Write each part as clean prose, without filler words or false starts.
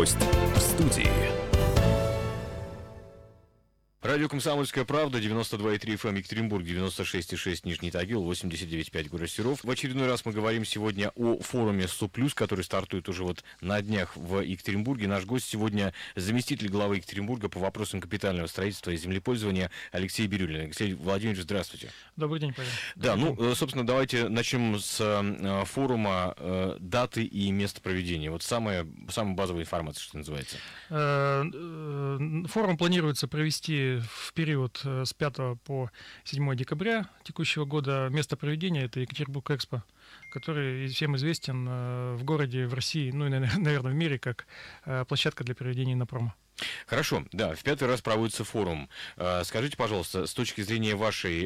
Гость в студии. Радио «Комсомольская правда», 92,3 FM Екатеринбург, 96,6 Нижний Тагил, 89,5 город Серов. В очередной раз мы говорим сегодня о форуме СО+, который стартует уже вот на днях в Екатеринбурге. Наш гость сегодня заместитель главы Екатеринбурга по вопросам капитального строительства и землепользования Алексей Бирюлин. Алексей Владимирович, здравствуйте. Добрый день, Павел. Да, собственно, давайте начнем с форума, даты и место проведения. Вот самая базовая информация, что называется. Форум планируется провести в период с 5 по 7 декабря текущего года. Место проведения — это Екатеринбург-Экспо, который всем известен в городе, в России, ну и, наверное, в мире, как площадка для проведения инопрома. Хорошо, да, в 5-й раз проводится форум. Скажите, пожалуйста, с точки зрения вашей,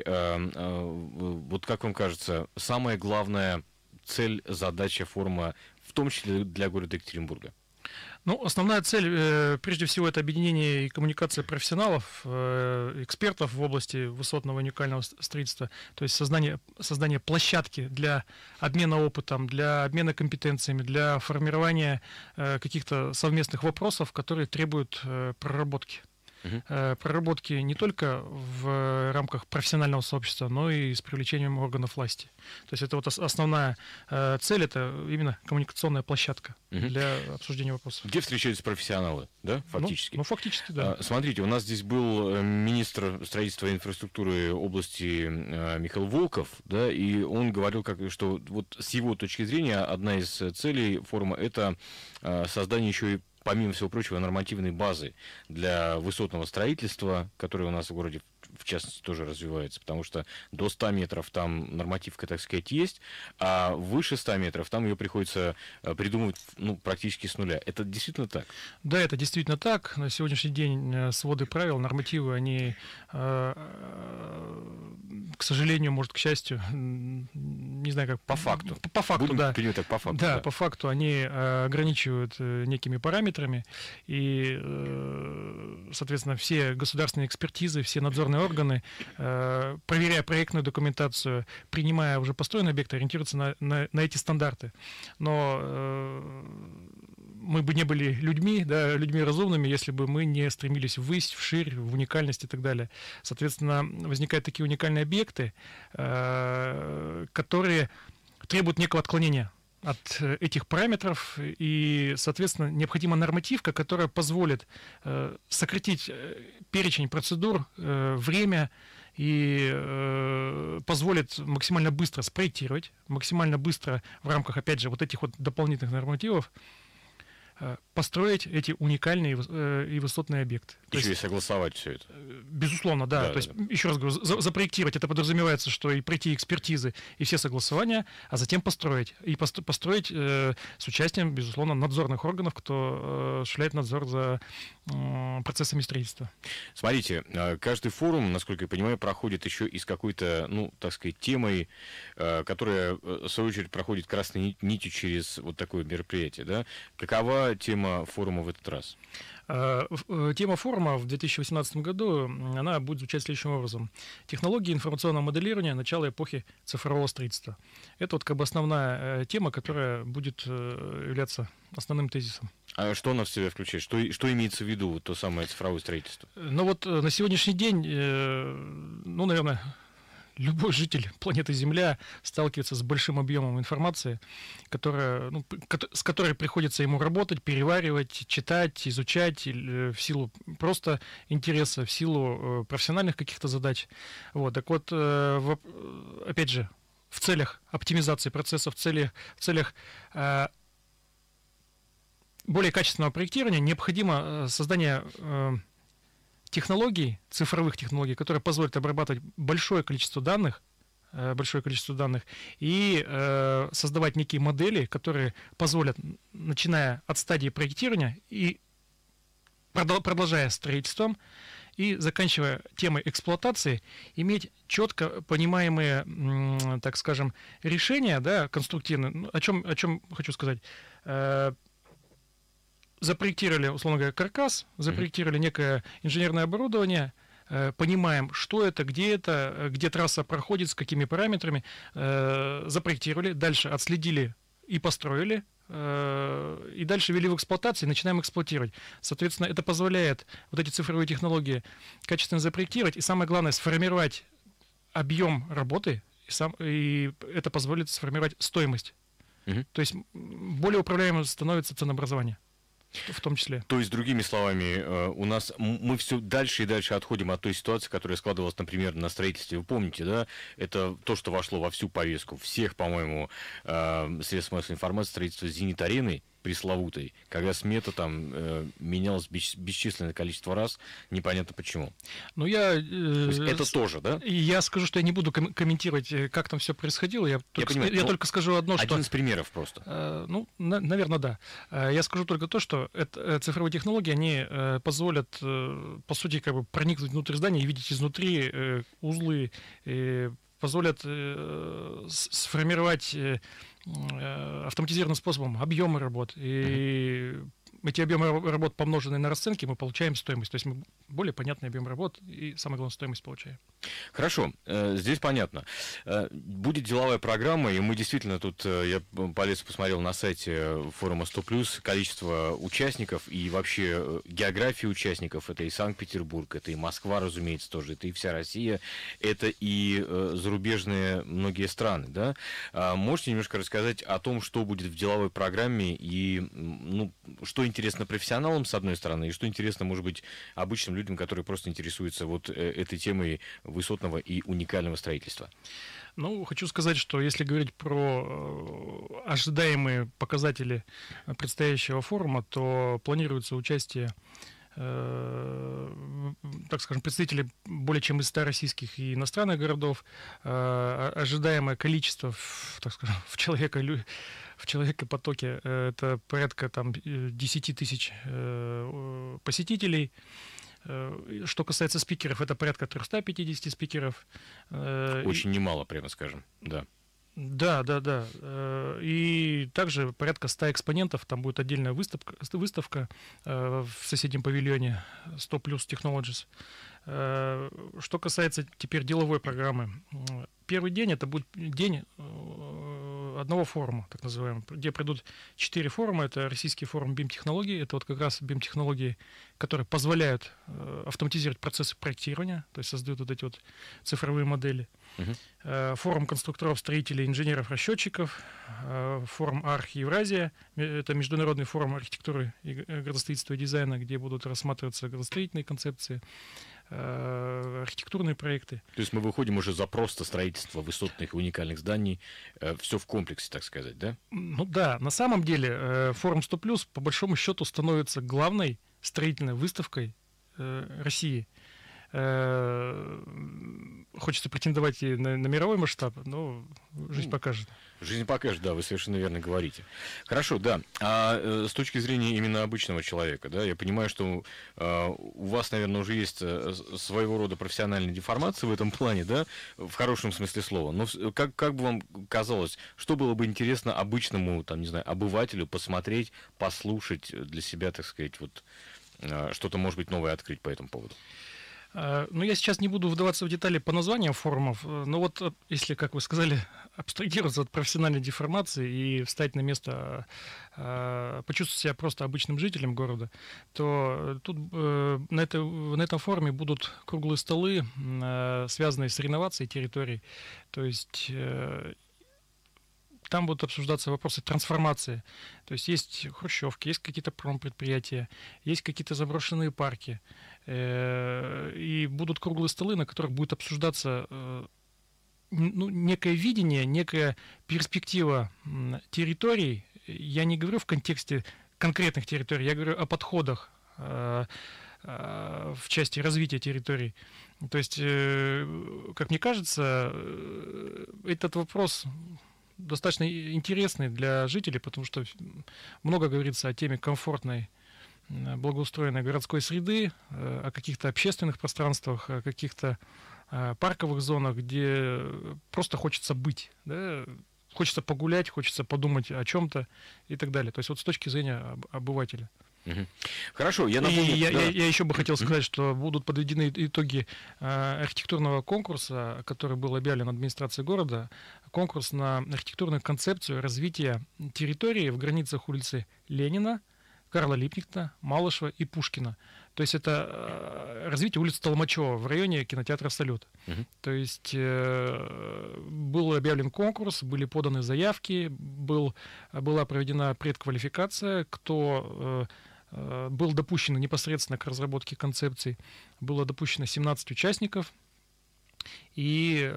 вот как вам кажется, самая главная цель, задача форума, в том числе для города Екатеринбурга? Ну, основная цель, прежде всего, это объединение и коммуникация профессионалов, экспертов в области высотного уникального строительства, то есть создание площадки для обмена опытом, для обмена компетенциями, для формирования каких-то совместных вопросов, которые требуют проработки. Проработки не только в рамках профессионального сообщества, но и с привлечением органов власти. То есть это вот основная цель, это именно коммуникационная площадка для обсуждения вопросов. Где встречаются профессионалы, да, фактически? Ну, фактически, да. Смотрите, у нас здесь был министр строительства и инфраструктуры области Михаил Волков, да, и он говорил, что вот с его точки зрения одна из целей форума — это создание еще и, помимо всего прочего, нормативной базы для высотного строительства, которое у нас в городе, в частности, тоже развивается, потому что до 100 метров там нормативка, так сказать, есть, а выше 100 метров там ее приходится придумывать практически с нуля. Это действительно так? Да, это действительно так. На сегодняшний день своды правил, нормативы, они, к сожалению, может, к счастью, не знаю, как... По факту. По факту, Будем да. перейти так, по факту. Да, по факту они ограничивают некими параметрами, и, соответственно, все государственные экспертизы, все надзорные органы, проверяя проектную документацию, принимая уже построенный объект, ориентируются на эти стандарты. Но мы бы не были людьми, да, людьми разумными, если бы мы не стремились ввысь, вширь, в уникальность и так далее. Соответственно, возникают такие уникальные объекты, которые требуют некого отклонения от этих параметров, и, соответственно, необходима нормативка, которая позволит сократить перечень процедур, время, и позволит максимально быстро спроектировать, максимально быстро в рамках, опять же, вот этих вот дополнительных нормативов построить эти уникальные и высотные объекты. Еще и согласовать все это. Безусловно, да. То есть, еще раз говорю, запроектировать, это подразумевается, что и пройти экспертизы, и все согласования, а затем построить. И построить с участием, безусловно, надзорных органов, кто осуществляет надзор за процессами строительства. Смотрите, каждый форум, насколько я понимаю, проходит еще и с какой-то, так сказать, темой, которая, в свою очередь, проходит красной нитью через вот такое мероприятие, да? Какова тема форума в этот раз? Тема форума в 2018 году, она будет звучать следующим образом. Технологии информационного моделирования начала эпохи цифрового строительства. Это вот как бы основная тема, которая будет являться основным тезисом. А что она в себя включает? Что имеется в виду, вот то самое цифровое строительство? Ну вот на сегодняшний день, наверное, любой житель планеты Земля сталкивается с большим объемом информации, с которой приходится ему работать, переваривать, читать, изучать в силу просто интереса, в силу профессиональных каких-то задач. Вот. Так вот, опять же, в целях оптимизации процессов, в целях более качественного проектирования необходимо создание технологий, цифровых технологий, которые позволят обрабатывать большое количество данных и создавать некие модели, которые позволят, начиная от стадии проектирования и продолжая строительством и заканчивая темой эксплуатации, иметь четко понимаемые, так скажем, решения, да, конструктивные. О чем хочу сказать. Запроектировали, условно говоря, каркас, запроектировали некое инженерное оборудование, понимаем, что это, где трасса проходит, с какими параметрами, запроектировали, дальше отследили и построили, и дальше ввели в эксплуатацию, и начинаем эксплуатировать. Соответственно, это позволяет вот эти цифровые технологии качественно запроектировать и, самое главное, сформировать объем работы, и это позволит сформировать стоимость. То есть более управляемым становится ценообразование. В том числе. То есть, другими словами, у нас мы все дальше и дальше отходим от той ситуации, которая складывалась, например, на строительстве. Вы помните, да? Это то, что вошло во всю повестку всех, по-моему, средств массовой информации, строительства «Зенит-арены» пресловутой, когда смета там менялась бесчисленное количество раз, непонятно почему. Ну, я... То есть это тоже, да? Я скажу, что я не буду комментировать, как там все происходило. Я только скажу одно, что... Один из примеров просто. Ну, наверное, да. Я скажу только то, что цифровые технологии, они позволят, по сути, как бы проникнуть внутрь здания и видеть изнутри узлы, позволят сформировать автоматизированным способом объемы работ. И эти объемы работ, помноженные на расценки, мы получаем стоимость. То есть мы более понятный объем работ и, самое главное, стоимость получаем. Хорошо, здесь понятно. Будет деловая программа, и мы действительно тут, я полез, посмотрел на сайте форума 100+, количество участников и вообще география участников. Это и Санкт-Петербург, это и Москва, разумеется, тоже, это и вся Россия, это и зарубежные многие страны, да? Можете немножко рассказать о том, что будет в деловой программе и, ну, что интересно профессионалам, с одной стороны, и что интересно, может быть, обычным людям, которые просто интересуются вот этой темой высотного и уникального строительства? Ну, хочу сказать, что если говорить про ожидаемые показатели предстоящего форума, то планируется участие, так скажем, представителей более чем из 100 российских и иностранных городов. Ожидаемое количество, так скажем, в человекопотоке это порядка там 10 тысяч посетителей. Что касается спикеров, это порядка 350 спикеров. Очень немало, прямо скажем, да. Да. И также порядка 100 экспонентов. Там будет отдельная выставка в соседнем павильоне 100+ Technologies. Что касается теперь деловой программы. Первый день это будет день одного форума, так называемого, где придут 4 форума. Это российский форум BIM-технологий. Это вот как раз BIM-технологии, которые позволяют автоматизировать процессы проектирования, то есть создают вот эти вот цифровые модели. Форум конструкторов, строителей, инженеров, расчетчиков. Форум Арх-Евразия. Это международный форум архитектуры, градостроительства и дизайна, где будут рассматриваться градостроительные концепции, архитектурные проекты. То есть мы выходим уже за просто строительство высотных и уникальных зданий, все в комплексе, так сказать, да? Ну да, на самом деле форум 100+, по большому счету, становится главной строительной выставкой России. Хочется претендовать и на мировой масштаб, но жизнь покажет. Жизнь покажет, да, вы совершенно верно говорите. Хорошо, да. А с точки зрения именно обычного человека, да, я понимаю, что у вас, наверное, уже есть своего рода профессиональная деформация в этом плане, да, в хорошем смысле слова. Но как бы вам казалось, что было бы интересно обычному, там, не знаю, обывателю посмотреть, послушать для себя, так сказать, вот что-то, может быть, новое открыть по этому поводу? Ну, я сейчас не буду вдаваться в детали по названиям форумов, но вот если, как вы сказали, абстрагироваться от профессиональной деформации и встать на место, почувствовать себя просто обычным жителем города, то тут на этом форуме будут круглые столы, связанные с реновацией территорий, то есть там будут обсуждаться вопросы трансформации. То есть хрущевки, есть какие-то промпредприятия, есть какие-то заброшенные парки. И будут круглые столы, на которых будет обсуждаться некое видение, некая перспектива территорий. Я не говорю в контексте конкретных территорий, я говорю о подходах в части развития территорий. То есть, как мне кажется, этот вопрос достаточно интересный для жителей, потому что много говорится о теме комфортной, благоустроенной городской среды, о каких-то общественных пространствах, о каких-то парковых зонах, где просто хочется быть, да? Хочется погулять, хочется подумать о чем-то и так далее. То есть вот с точки зрения обывателя. Хорошо, я напомню... Я еще бы хотел сказать, что будут подведены итоги архитектурного конкурса, который был объявлен администрацией города. Конкурс на архитектурную концепцию развития территории в границах улицы Ленина, Карла Липкнехта, Малышева и Пушкина. То есть это развитие улицы Толмачева в районе кинотеатра «Салют». То есть был объявлен конкурс, были поданы заявки, была проведена предквалификация, кто был допущен непосредственно к разработке концепций. Было допущено 17 участников. И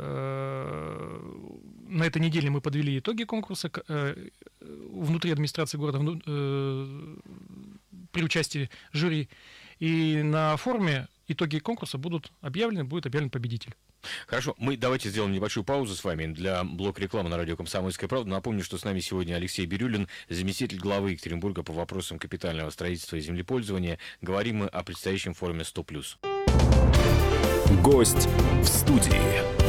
на этой неделе мы подвели итоги конкурса внутри администрации города при участии жюри. И на форуме итоги конкурса будет объявлен победитель. Хорошо, мы давайте сделаем небольшую паузу с вами для блока рекламы на радио «Комсомольская правда». Напомню, что с нами сегодня Алексей Бирюлин, заместитель главы Екатеринбурга по вопросам капитального строительства и землепользования. Говорим мы о предстоящем форуме 100+. Гость в студии.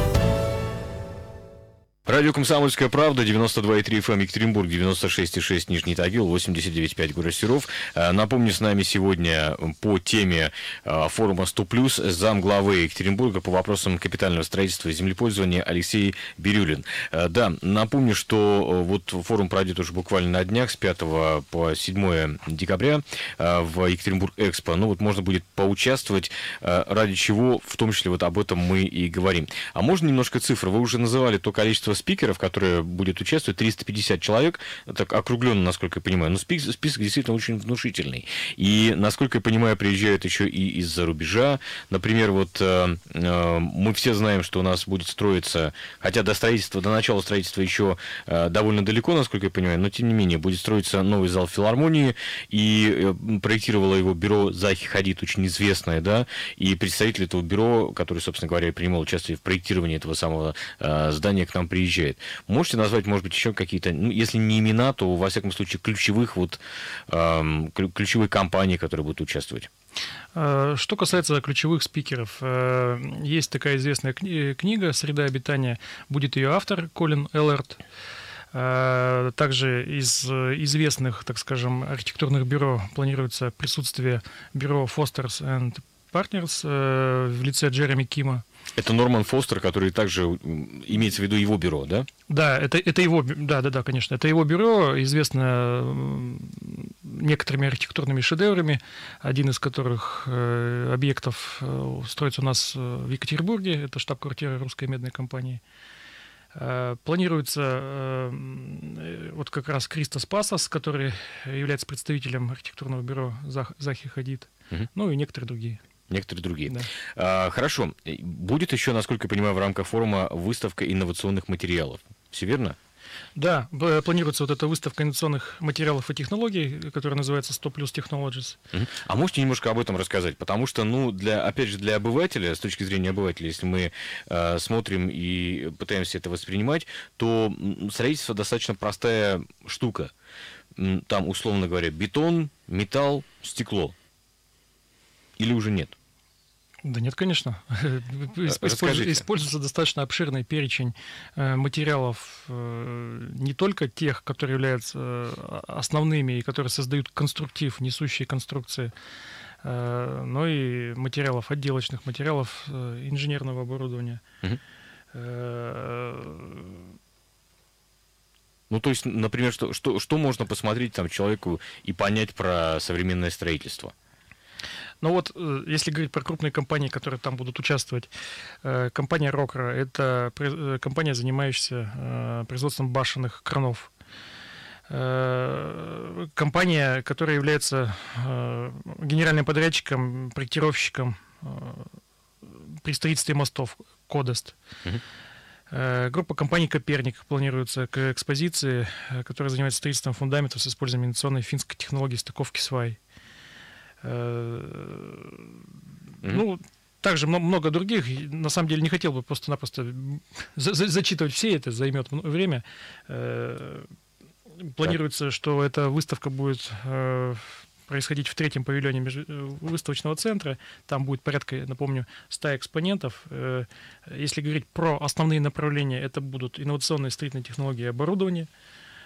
Радио «Комсомольская правда», 92,3 FM Екатеринбург, 96,6 Нижний Тагил, 89,5 город Серов. Напомню, с нами сегодня по теме форума 100+, замглавы Екатеринбурга по вопросам капитального строительства и землепользования Алексей Бирюлин. Да, напомню, что вот форум пройдет уже буквально на днях, с 5 по 7 декабря в Екатеринбург-Экспо. Ну вот можно будет поучаствовать, ради чего, в том числе вот об этом мы и говорим. А можно немножко цифр? Вы уже называли то количество спикеров, которые будет участвовать, 350 человек, так округленно, насколько я понимаю, но список действительно очень внушительный. И, насколько я понимаю, приезжают еще и из-за рубежа. Например, вот мы все знаем, что у нас будет строиться, хотя до начала строительства еще довольно далеко, насколько я понимаю, но тем не менее будет строиться новый зал филармонии, и проектировало его бюро Захи Хадид, очень известное, да, и представитель этого бюро, который, собственно говоря, и принимал участие в проектировании этого самого здания, к нам приезжает. Можете назвать, может быть, еще какие-то, ну, если не имена, то, во всяком случае, ключевых ключевые компании, которые будут участвовать? Что касается ключевых спикеров, есть такая известная книга «Среда обитания», будет ее автор Колин Эллерт. Также из известных, так скажем, архитектурных бюро планируется присутствие бюро Foster and Partners в лице Джереми Кима. Это Норман Фостер, который также имеется в виду его бюро, да? Да, это его, да, конечно, это его бюро, известно некоторыми архитектурными шедеврами, один из которых объектов строится у нас в Екатеринбурге, это штаб-квартира русской медной компании. Планируется вот как раз Кристос Пасос, который является представителем архитектурного бюро Захи Хадид, ну и некоторые другие. Да. Хорошо. Будет еще, насколько я понимаю, в рамках форума выставка инновационных материалов. Все верно? Да, планируется вот эта выставка инновационных материалов и технологий, которая называется 100+ Technologies. А можете немножко об этом рассказать? Потому что, опять же, для обывателя, с точки зрения обывателя, если мы смотрим и пытаемся это воспринимать, то строительство достаточно простая штука. Там, условно говоря, бетон, металл, стекло. Или уже нет? Да нет, конечно. Используется достаточно обширный перечень материалов, не только тех, которые являются основными и которые создают конструктив, несущие конструкции, но и материалов, отделочных материалов, инженерного оборудования. Ну, то есть, например, что можно посмотреть там человеку и понять про современное строительство? Ну вот, если говорить про крупные компании, которые там будут участвовать, компания Рокра — это компания, занимающаяся производством башенных кранов. Компания, которая является генеральным подрядчиком, проектировщиком при строительстве мостов, Кодест. Группа компаний «Коперник» планируется к экспозиции, которая занимается строительством фундаментов с использованием инновационной финской технологии стыковки свай. Ну, также много других. На самом деле не хотел бы просто-напросто зачитывать все, это займет время. Планируется, что эта выставка будет происходить в 3-м павильоне выставочного центра. Там будет порядка, напомню, 100 экспонентов. Если говорить про основные направления, это будут инновационные строительные технологии и оборудование.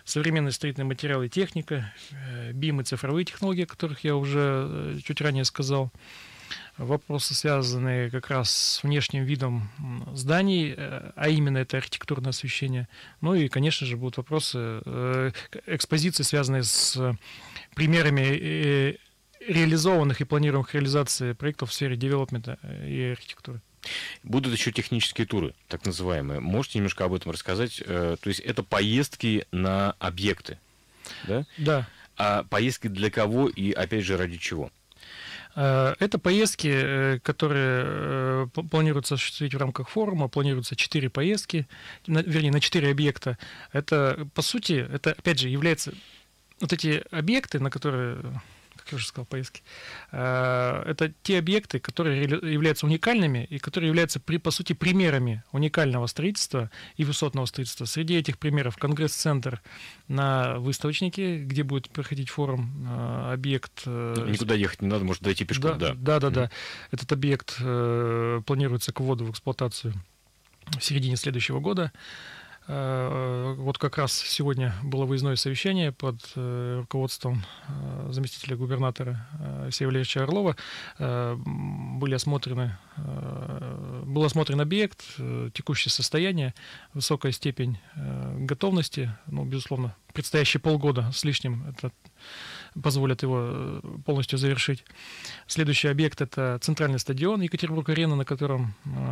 современные строительные материалы и техника, БИМ и цифровые технологии, о которых я уже чуть ранее сказал. Вопросы, связанные как раз с внешним видом зданий, а именно это архитектурное освещение. Ну и, конечно же, будут вопросы экспозиции, связанные с примерами реализованных и планируемых реализаций проектов в сфере девелопмента и архитектуры. Будут еще технические туры, так называемые. Можете немножко об этом рассказать? То есть это поездки на объекты, да? Да. А поездки для кого и, опять же, ради чего? Это поездки, которые планируется осуществить в рамках форума. Планируется 4 поездки, вернее, на 4 объекта. Это, по сути, это, опять же, является... Вот эти объекты, на которые... Как я уже сказал, поездки. Это те объекты, которые являются уникальными и которые являются, по сути, примерами уникального строительства и высотного строительства. Среди этих примеров Конгресс-центр на Выставочнике, где будет проходить форум, объект... Никуда ехать не надо, можно дойти пешком. Да. Этот объект планируется к вводу в эксплуатацию в середине следующего года. Вот как раз сегодня было выездное совещание под руководством заместителя губернатора Алексея Валерьевича Орлова. Был осмотрен объект, текущее состояние, высокая степень готовности. Ну, безусловно, предстоящие полгода с лишним это позволят его полностью завершить. Следующий объект — это центральный стадион Екатеринбург-Арена, на котором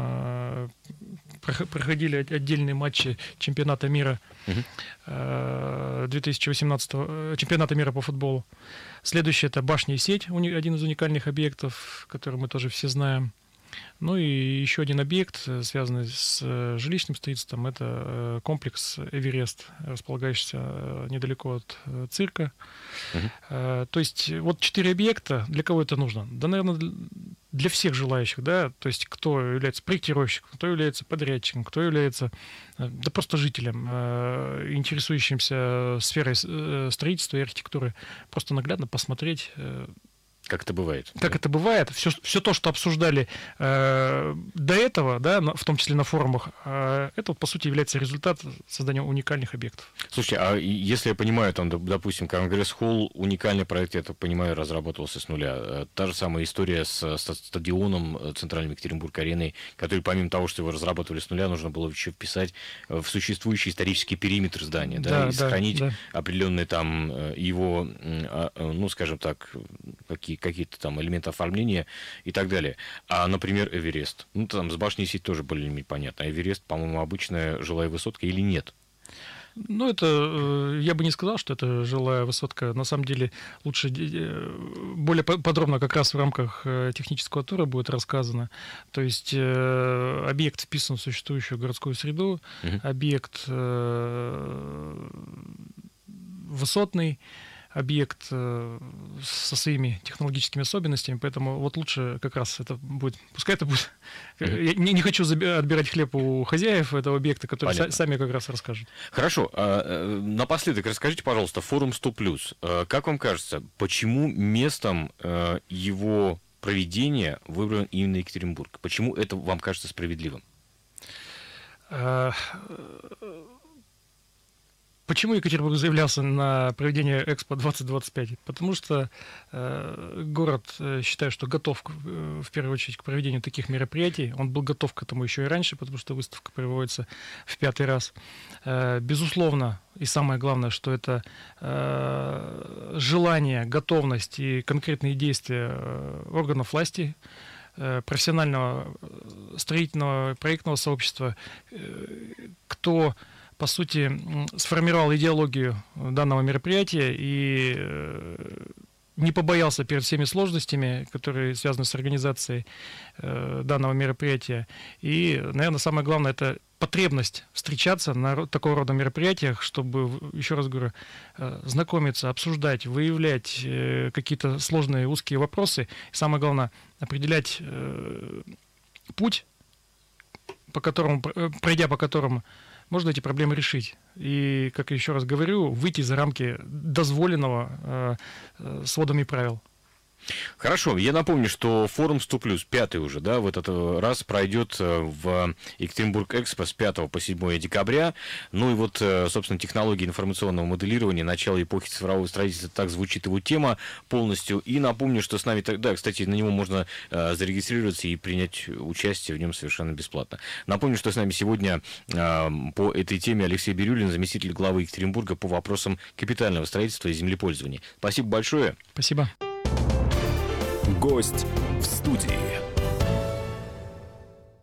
проходили отдельные матчи чемпионата мира 2018 чемпионата мира по футболу. Следующий — это башня и сеть, один из уникальных объектов, который мы тоже все знаем. Ну и еще один объект, связанный с жилищным строительством, это комплекс «Эверест», располагающийся недалеко от цирка. То есть вот 4 объекта. Для кого это нужно? Да, наверное, для всех желающих, да, то есть кто является проектировщиком, кто является подрядчиком, кто является, да, просто жителем, интересующимся сферой строительства и архитектуры, просто наглядно посмотреть, как это бывает. Как это бывает. Все то, что обсуждали до этого, да, в том числе на форумах, это, по сути, является результат создания уникальных объектов. Слушайте, а если я понимаю, там, допустим, Конгресс-холл, уникальный проект, я так понимаю, разработался с нуля. Та же самая история с стадионом центральным Екатеринбург-ареной, который, помимо того, что его разрабатывали с нуля, нужно было еще вписать в существующий исторический периметр здания, да, и сохранить определенные там его, ну, скажем так, какие-то там элементы оформления и так далее. А, например, Эверест. Ну, там с башней сеть тоже более-менее понятно. А Эверест, по-моему, обычная жилая высотка или нет? Ну, это, я бы не сказал, что это жилая высотка. На самом деле, лучше, более подробно как раз в рамках технического тура будет рассказано. То есть, объект вписан в существующую городскую среду, объект высотный, объект со своими технологическими особенностями, поэтому вот лучше как раз это будет, пускай это будет, я не хочу отбирать хлеб у хозяев этого объекта, которые сами как раз расскажут. Хорошо, напоследок расскажите, пожалуйста, форум 100+. Как вам кажется, почему местом его проведения выбран именно Екатеринбург? Почему это вам кажется справедливым? Почему Екатеринбург заявлялся на проведение Экспо 2025? Потому что город, считаю, что готов в первую очередь к проведению таких мероприятий. Он был готов к этому еще и раньше, потому что выставка проводится в 5-й раз. Безусловно, и самое главное, что это желание, готовность и конкретные действия органов власти, профессионального строительного проектного сообщества, кто, по сути, сформировал идеологию данного мероприятия и не побоялся перед всеми сложностями, которые связаны с организацией данного мероприятия. И, наверное, самое главное — это потребность встречаться на такого рода мероприятиях, чтобы, еще раз говорю, знакомиться, обсуждать, выявлять какие-то сложные узкие вопросы. И самое главное — определять путь, пройдя по которому можно эти проблемы решить. И, как я еще раз говорю, выйти за рамки дозволенного сводами правил. Хорошо, я напомню, что форум 100+, 5-й уже, да, в этот раз пройдет в Екатеринбург-Экспо с 5 по 7 декабря. Ну и вот, собственно, технологии информационного моделирования, начало эпохи цифрового строительства, так звучит его тема полностью. И напомню, что с нами, да, кстати, на него можно зарегистрироваться и принять участие в нем совершенно бесплатно. Напомню, что с нами сегодня по этой теме Алексей Бирюлин, заместитель главы Екатеринбурга по вопросам капитального строительства и землепользования. Спасибо большое. Спасибо. Гость в студии.